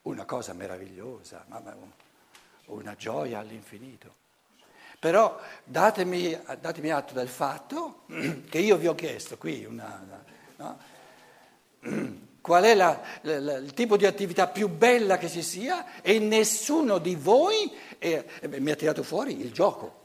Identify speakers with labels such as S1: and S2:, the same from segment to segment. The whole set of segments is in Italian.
S1: una cosa meravigliosa, una gioia all'infinito. Però datemi atto del fatto che io vi ho chiesto qui no? Qual è il tipo di attività più bella che ci sia e nessuno di voi mi ha tirato fuori il gioco.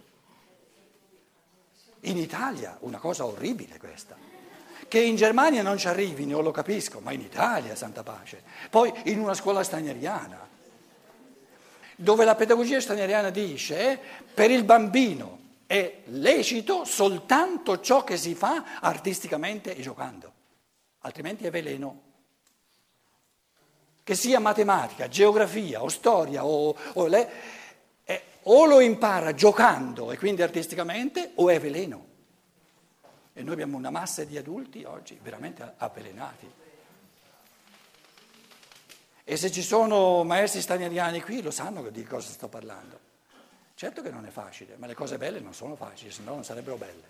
S1: In Italia, una cosa orribile questa. Che in Germania non ci arrivi, non lo capisco, ma in Italia, santa pace. Poi in una scuola stagneriana, dove la pedagogia stagneriana dice per il bambino è lecito soltanto ciò che si fa artisticamente e giocando, altrimenti è veleno. Che sia matematica, geografia o storia o lo impara giocando e quindi artisticamente o è veleno. E noi abbiamo una massa di adulti oggi veramente avvelenati. E se ci sono maestri stagneriani qui lo sanno di cosa sto parlando. Certo che non è facile, ma le cose belle non sono facili, se no non sarebbero belle.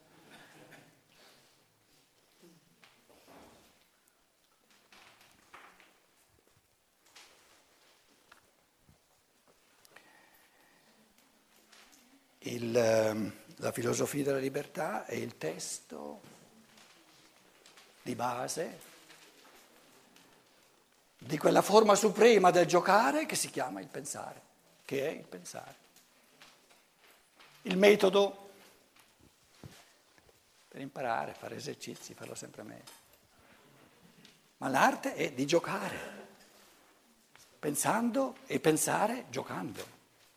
S1: La filosofia della libertà è il testo di base di quella forma suprema del giocare che si chiama il pensare, che è il pensare. Il metodo per imparare, fare esercizi, farlo sempre meglio. Ma l'arte è di giocare, pensando e pensare giocando.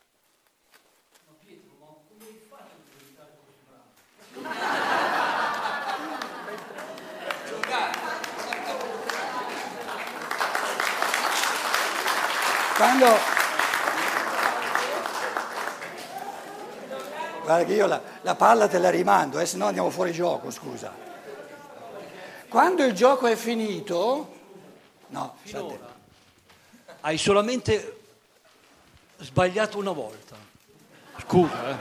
S1: Guarda che io la palla te la rimando, se no andiamo fuori gioco, scusa. Quando il gioco è finito, no,
S2: finora hai solamente sbagliato una volta. Scusa,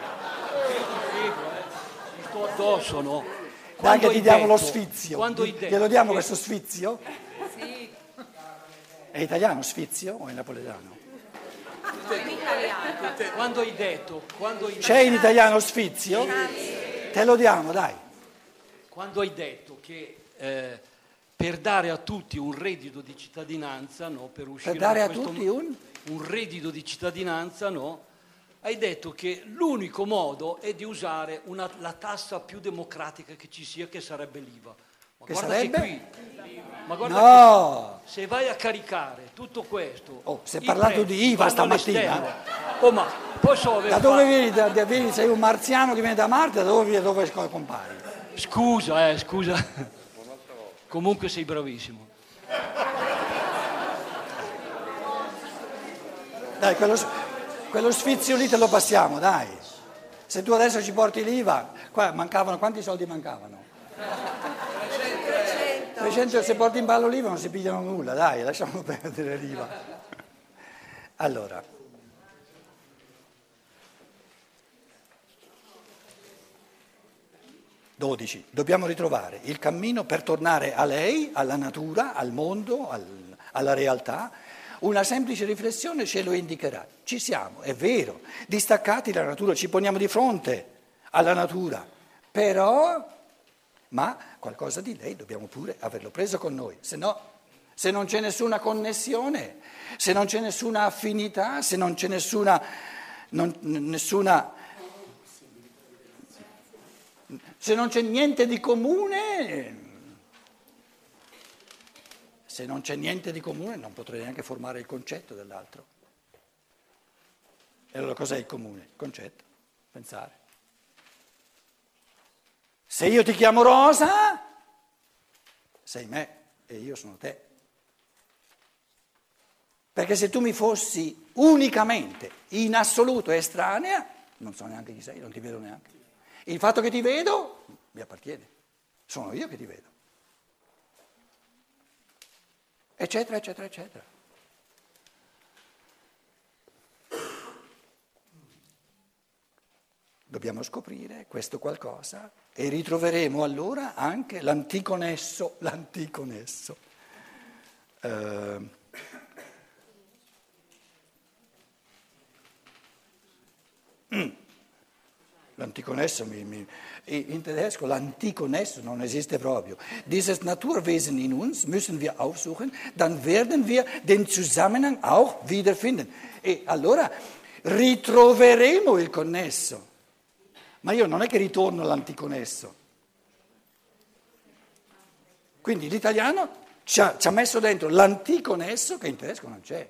S2: mi sto addosso, no?
S1: Dai che ti diamo lo sfizio. Glielo diamo questo sfizio?
S3: Sì.
S1: È italiano sfizio o è napoletano?
S3: In italiano.
S2: Quando hai detto
S1: c'è in italiano sfizio? Te lo diamo, dai.
S2: Quando hai detto che per dare a tutti un reddito di cittadinanza, no, per uscire
S1: per dare
S2: da
S1: a
S2: questo,
S1: tutti
S2: un reddito di cittadinanza, no, hai detto che l'unico modo è di usare la tassa più democratica che ci sia, che sarebbe l'IVA. Ma
S1: che
S2: guarda
S1: sarebbe?
S2: che qui, ma guarda
S1: no!
S2: Che se vai a caricare tutto questo,
S1: si è parlato di IVA stamattina.
S2: Ma posso aver
S1: da dove vieni? Sei un marziano che viene da Marte, da dove compari?
S2: Scusa. Comunque sei bravissimo.
S1: Dai, quello sfizio lì te lo passiamo, dai. Se tu adesso ci porti l'IVA, qua mancavano, quanti soldi mancavano? 300, se porti in ballo l'IVA non si pigliano nulla, dai, lasciamo perdere l'IVA. Allora, dobbiamo ritrovare il cammino per tornare a lei, alla natura, al mondo, alla realtà. Una semplice riflessione ce lo indicherà. Ci siamo, è vero, distaccati dalla natura, ci poniamo di fronte alla natura, ma qualcosa di lei dobbiamo pure averlo preso con noi, se no, se non c'è nessuna connessione, se non c'è nessuna affinità, se non c'è nessuna se non c'è niente di comune, non potrei neanche formare il concetto dell'altro. E allora cos'è il comune? Il concetto, pensare. Se io ti chiamo Rosa, sei me e io sono te. Perché se tu mi fossi unicamente, in assoluto estranea, non so neanche chi sei, non ti vedo neanche. Il fatto che ti vedo mi appartiene, sono io che ti vedo. Eccetera, eccetera, eccetera. Dobbiamo scoprire questo qualcosa e ritroveremo allora anche l'antico nesso. l'antico nesso, in tedesco l'antico nesso non esiste proprio. Dieses Naturwesen in uns müssen wir aufsuchen, dann werden wir den Zusammenhang auch wiederfinden. E allora ritroveremo il connesso. Ma io non è che ritorno all'antico nesso. Quindi l'italiano ci ha messo dentro l'antico nesso che in tedesco non c'è.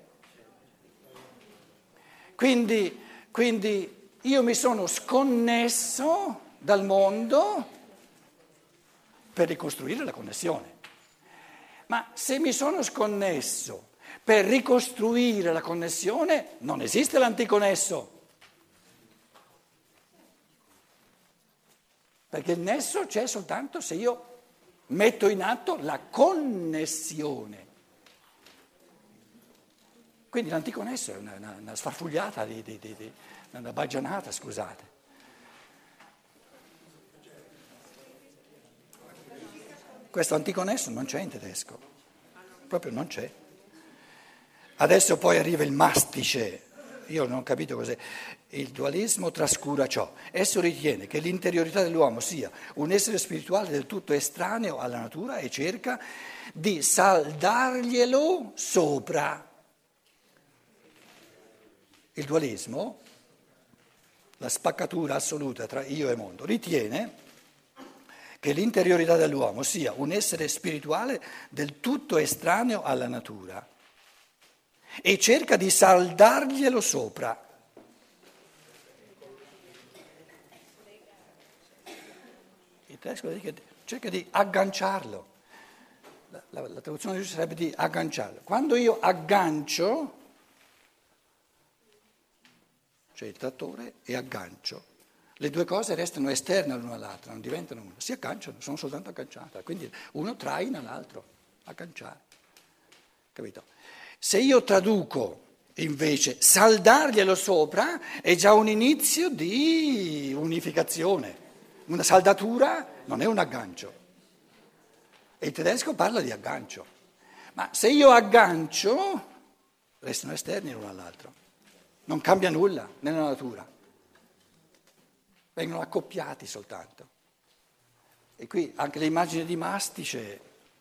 S1: Quindi io mi sono sconnesso dal mondo per ricostruire la connessione. Ma se mi sono sconnesso per ricostruire la connessione, non esiste l'antico nesso. Perché il nesso c'è soltanto se io metto in atto la connessione. Quindi l'antico nesso è una sfarfugliata, una baggianata, scusate. Questo antico nesso non c'è in tedesco, proprio non c'è. Adesso poi arriva il mastice. Io non ho capito cos'è. Il dualismo trascura ciò. Esso ritiene che l'interiorità dell'uomo sia un essere spirituale del tutto estraneo alla natura e cerca di saldarglielo sopra. Il dualismo, la spaccatura assoluta tra io e mondo, ritiene che l'interiorità dell'uomo sia un essere spirituale del tutto estraneo alla natura e cerca di saldarglielo sopra. Il tedesco dice che cerca di agganciarlo. La traduzione giusta sarebbe di agganciarlo. Quando io aggancio, cioè il trattore e aggancio, le due cose restano esterne l'una all'altra, non diventano una, si agganciano, sono soltanto agganciate, quindi uno traina l'altro, agganciare, capito? Se io traduco invece saldarglielo sopra è già un inizio di unificazione, una saldatura non è un aggancio, e il tedesco parla di aggancio, ma se io aggancio restano esterni l'uno all'altro, non cambia nulla nella natura. Vengono accoppiati soltanto. E qui anche l'immagine di mastice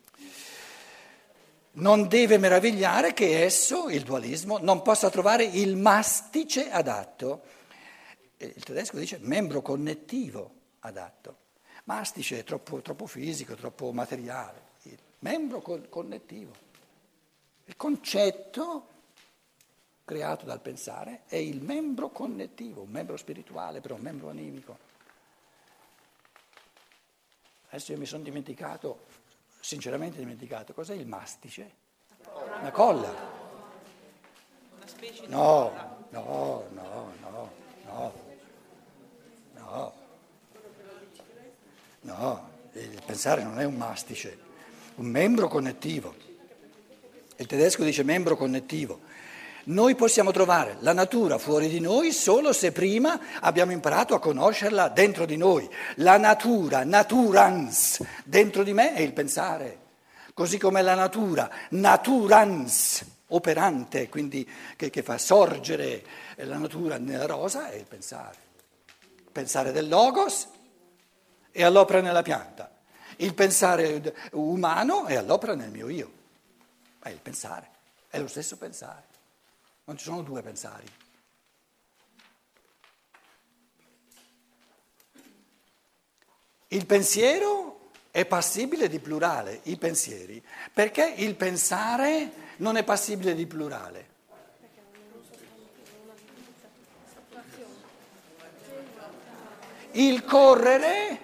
S1: non deve meravigliare che esso, il dualismo, non possa trovare il mastice adatto. Il tedesco dice membro connettivo adatto. Mastice è troppo fisico, troppo materiale. Il membro connettivo. Il concetto creato dal pensare è il membro connettivo, un membro spirituale, però un membro animico. Adesso io mi sono dimenticato, sinceramente dimenticato, cos'è il mastice? Una colla.
S3: Una specie di
S1: No,
S3: colla.
S1: no, il pensare non è un mastice, un membro connettivo. Il tedesco dice membro connettivo. Noi possiamo trovare la natura fuori di noi solo se prima abbiamo imparato a conoscerla dentro di noi. La natura, naturans, dentro di me è il pensare, così come la natura, naturans, operante, quindi che fa sorgere la natura nella rosa, è il pensare. Il pensare del logos è all'opera nella pianta, il pensare umano è all'opera nel mio io, è il pensare, è lo stesso pensare. Non ci sono due pensari. Il pensiero è passibile di plurale, i pensieri. Perché il pensare non è passibile di plurale? Il correre,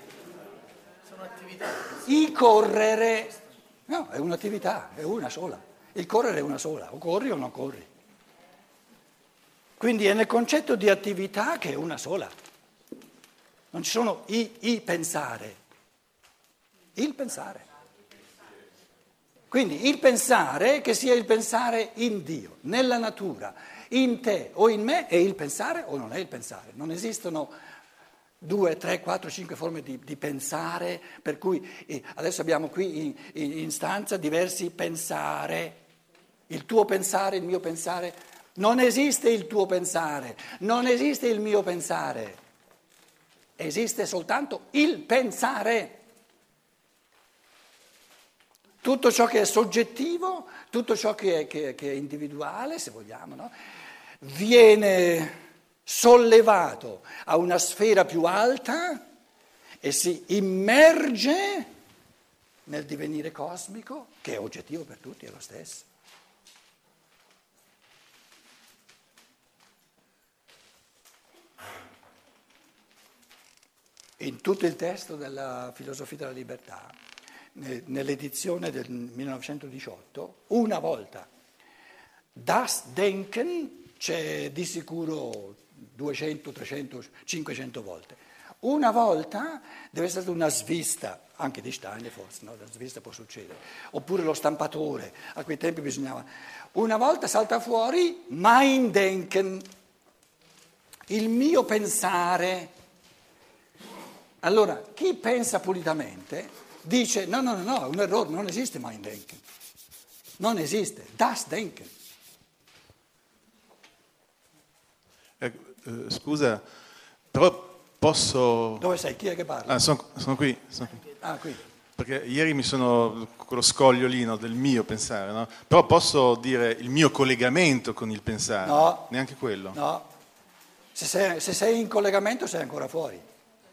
S1: no, è un'attività, è una sola. Il correre è una sola, o corri o non corri. Quindi è nel concetto di attività che è una sola. Non ci sono i pensare. Il pensare. Quindi il pensare, che sia il pensare in Dio, nella natura, in te o in me, è il pensare o non è il pensare. Non esistono 2, 3, 4, 5 forme di pensare, per cui adesso abbiamo qui in stanza diversi pensare. Il tuo pensare, il mio pensare. Non esiste il tuo pensare, non esiste il mio pensare. esiste soltanto il pensare. Tutto ciò che è soggettivo, tutto ciò che è individuale, se vogliamo, no? Viene sollevato a una sfera più alta e si immerge nel divenire cosmico, che è oggettivo per tutti, è lo stesso. In tutto il testo della filosofia della libertà, nell'edizione del 1918, una volta Das Denken c'è di sicuro 200, 300, 500 volte. Una volta deve essere stata una svista, anche di Steiner forse, no? La svista può succedere, oppure lo stampatore, a quei tempi bisognava. Una volta salta fuori Mein Denken, il mio pensare. Allora, chi pensa pulitamente dice no, è un errore, non esiste Mein Denken, non esiste, Das Denken.
S4: Scusa, però posso...
S1: Dove sei? Chi è che parla?
S4: Sono qui.
S1: Ah, qui.
S4: Perché ieri mi sono, quello scoglio lì, no, del mio pensare, no? Però posso dire il mio collegamento con il pensare?
S1: No.
S4: Neanche quello?
S1: No. Se sei in collegamento sei ancora fuori.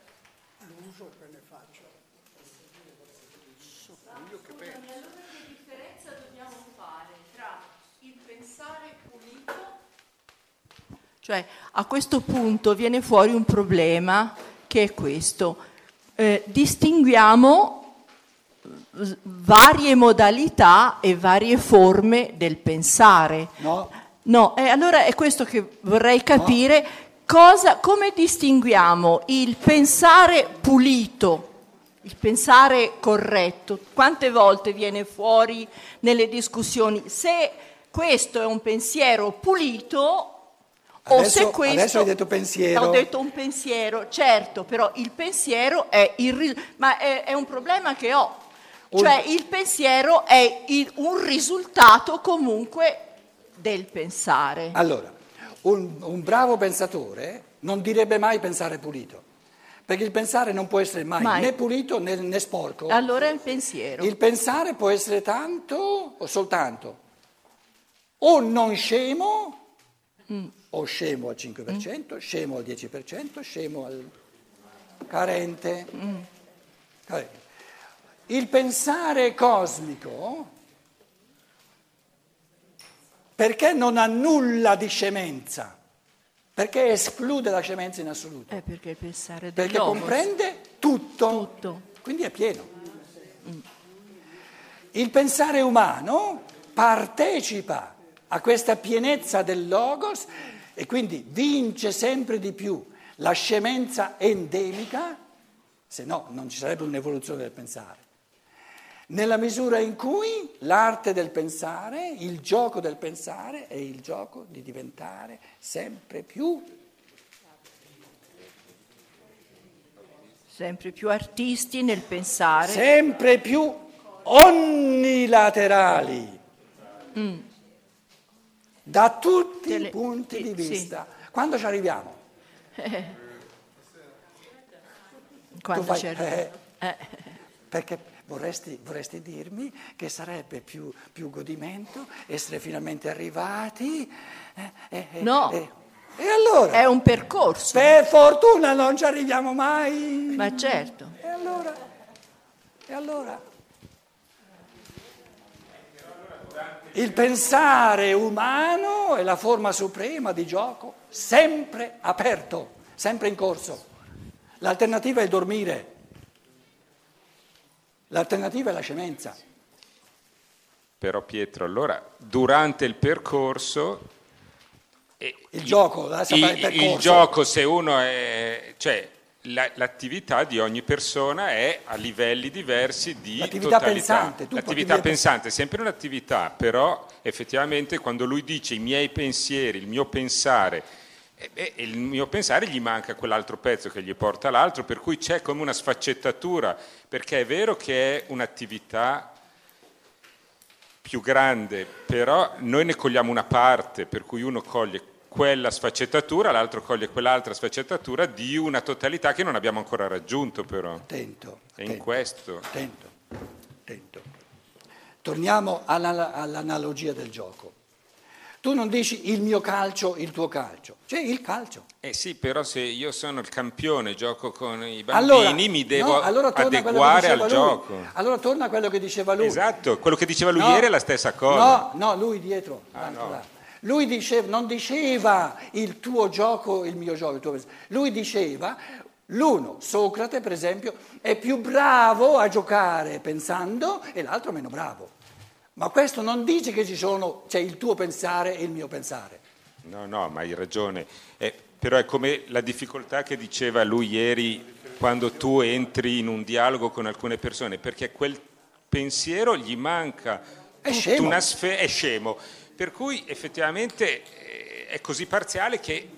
S5: Cioè, a questo punto viene fuori un problema che è questo. Distinguiamo varie modalità e varie forme del pensare.
S1: No,
S5: allora è questo che vorrei capire. Come distinguiamo il pensare pulito, il pensare corretto? Quante volte viene fuori nelle discussioni se questo è un pensiero pulito?
S1: Adesso hai detto pensiero.
S5: Ho detto un pensiero, certo, però il pensiero è è un problema che ho. Cioè il pensiero è un risultato comunque del pensare.
S1: Allora, un bravo pensatore non direbbe mai pensare pulito, perché il pensare non può essere mai né pulito né sporco.
S5: Allora è il pensiero.
S1: Il pensare può essere tanto o soltanto o non scemo, o scemo al 5%, scemo al 10%, scemo al carente. Il pensare cosmico, perché non ha nulla di scemenza? Perché esclude la scemenza in assoluto?
S5: Perché il pensare
S1: Perché comprende tutto, quindi è pieno. Il pensare umano partecipa a questa pienezza del logos e quindi vince sempre di più la scemenza endemica, se no non ci sarebbe un'evoluzione del pensare. Nella misura in cui l'arte del pensare, il gioco del pensare è il gioco di diventare sempre più
S5: artisti nel pensare,
S1: sempre più onnilaterali, da tutti i punti di vista.
S5: Sì.
S1: Quando ci arriviamo?
S5: Quando
S1: fai,
S5: ci arriviamo.
S1: Perché vorresti dirmi che sarebbe più godimento essere finalmente arrivati?
S5: No.
S1: E allora?
S5: È un percorso.
S1: Per fortuna non ci arriviamo mai.
S5: Ma certo.
S1: E allora? Il pensare umano è la forma suprema di gioco, sempre aperto, sempre in corso. L'alternativa è dormire. L'alternativa è la scemenza.
S6: Però Pietro, allora, durante il percorso...
S1: Il gioco,
S6: il gioco, se uno è... cioè, l'attività di ogni persona è a livelli diversi di
S1: l'attività
S6: totalità.
S1: Pensante,
S6: l'attività pensante è sempre un'attività, però effettivamente quando lui dice i miei pensieri, il mio pensare gli manca quell'altro pezzo che gli porta l'altro, per cui c'è come una sfaccettatura, perché è vero che è un'attività più grande, però noi ne cogliamo una parte, per cui uno coglie quella sfaccettatura, l'altro coglie quell'altra sfaccettatura di una totalità che non abbiamo ancora raggiunto però.
S1: Attento.
S6: È in questo.
S1: Attento. Torniamo all'analogia del gioco. Tu non dici il mio calcio, il tuo calcio, c'è il calcio.
S6: Sì, però se io sono il campione, gioco con i bambini, mi devo adeguare al gioco.
S1: Allora torna a quello che diceva lui.
S6: Esatto, quello che diceva lui ieri è la stessa cosa.
S1: No, lui dietro. Lui non diceva il tuo gioco, il mio gioco, il tuo pensiero. Lui diceva, Socrate per esempio, è più bravo a giocare pensando e l'altro meno bravo. Ma questo non dice che c'è il tuo pensare e il mio pensare.
S6: No, ma hai ragione. Però è come la difficoltà che diceva lui ieri quando tu entri in un dialogo con alcune persone, perché quel pensiero gli manca
S1: è scemo.
S6: È scemo. Per cui effettivamente è così parziale che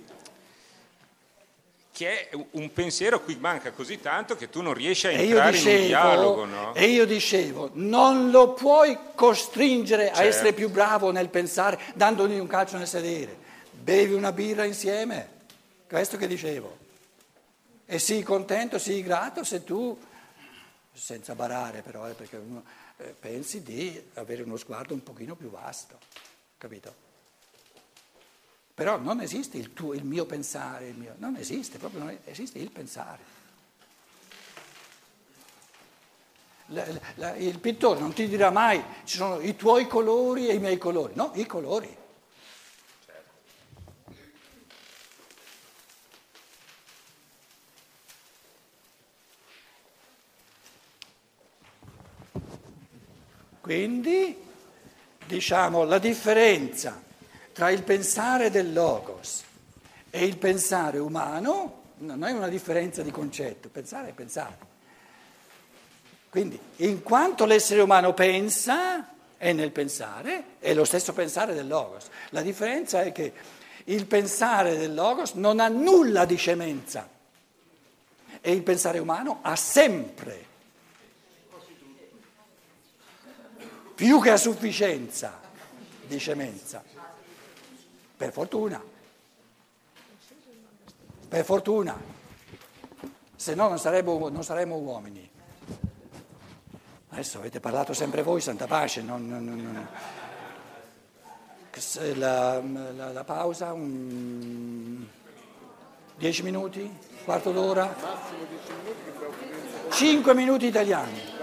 S6: è un pensiero a cui manca così tanto che tu non riesci a entrare in un dialogo, no?
S1: E io dicevo, non lo puoi costringere a essere più bravo nel pensare dandogli un calcio nel sedere. Bevi una birra insieme, questo che dicevo. E sii contento, sii grato se tu, senza barare però, perché uno pensi di avere uno sguardo un pochino più vasto, capito? Però non esiste il mio pensare, non esiste, proprio non esiste il pensare. Il pittore non ti dirà mai ci sono i tuoi colori e i miei colori, no, i colori. Quindi, diciamo, la differenza tra il pensare del Logos e il pensare umano non è una differenza di concetto, pensare è pensare. Quindi, in quanto l'essere umano pensa, è nel pensare, è lo stesso pensare del Logos. La differenza è che il pensare del Logos non ha nulla di scemenza e il pensare umano ha sempre, più che a sufficienza, di scemenza. Per fortuna, se no non saremmo uomini. Adesso avete parlato sempre voi, santa pace, la pausa, 10 minuti, quarto d'ora, 5 minuti italiani.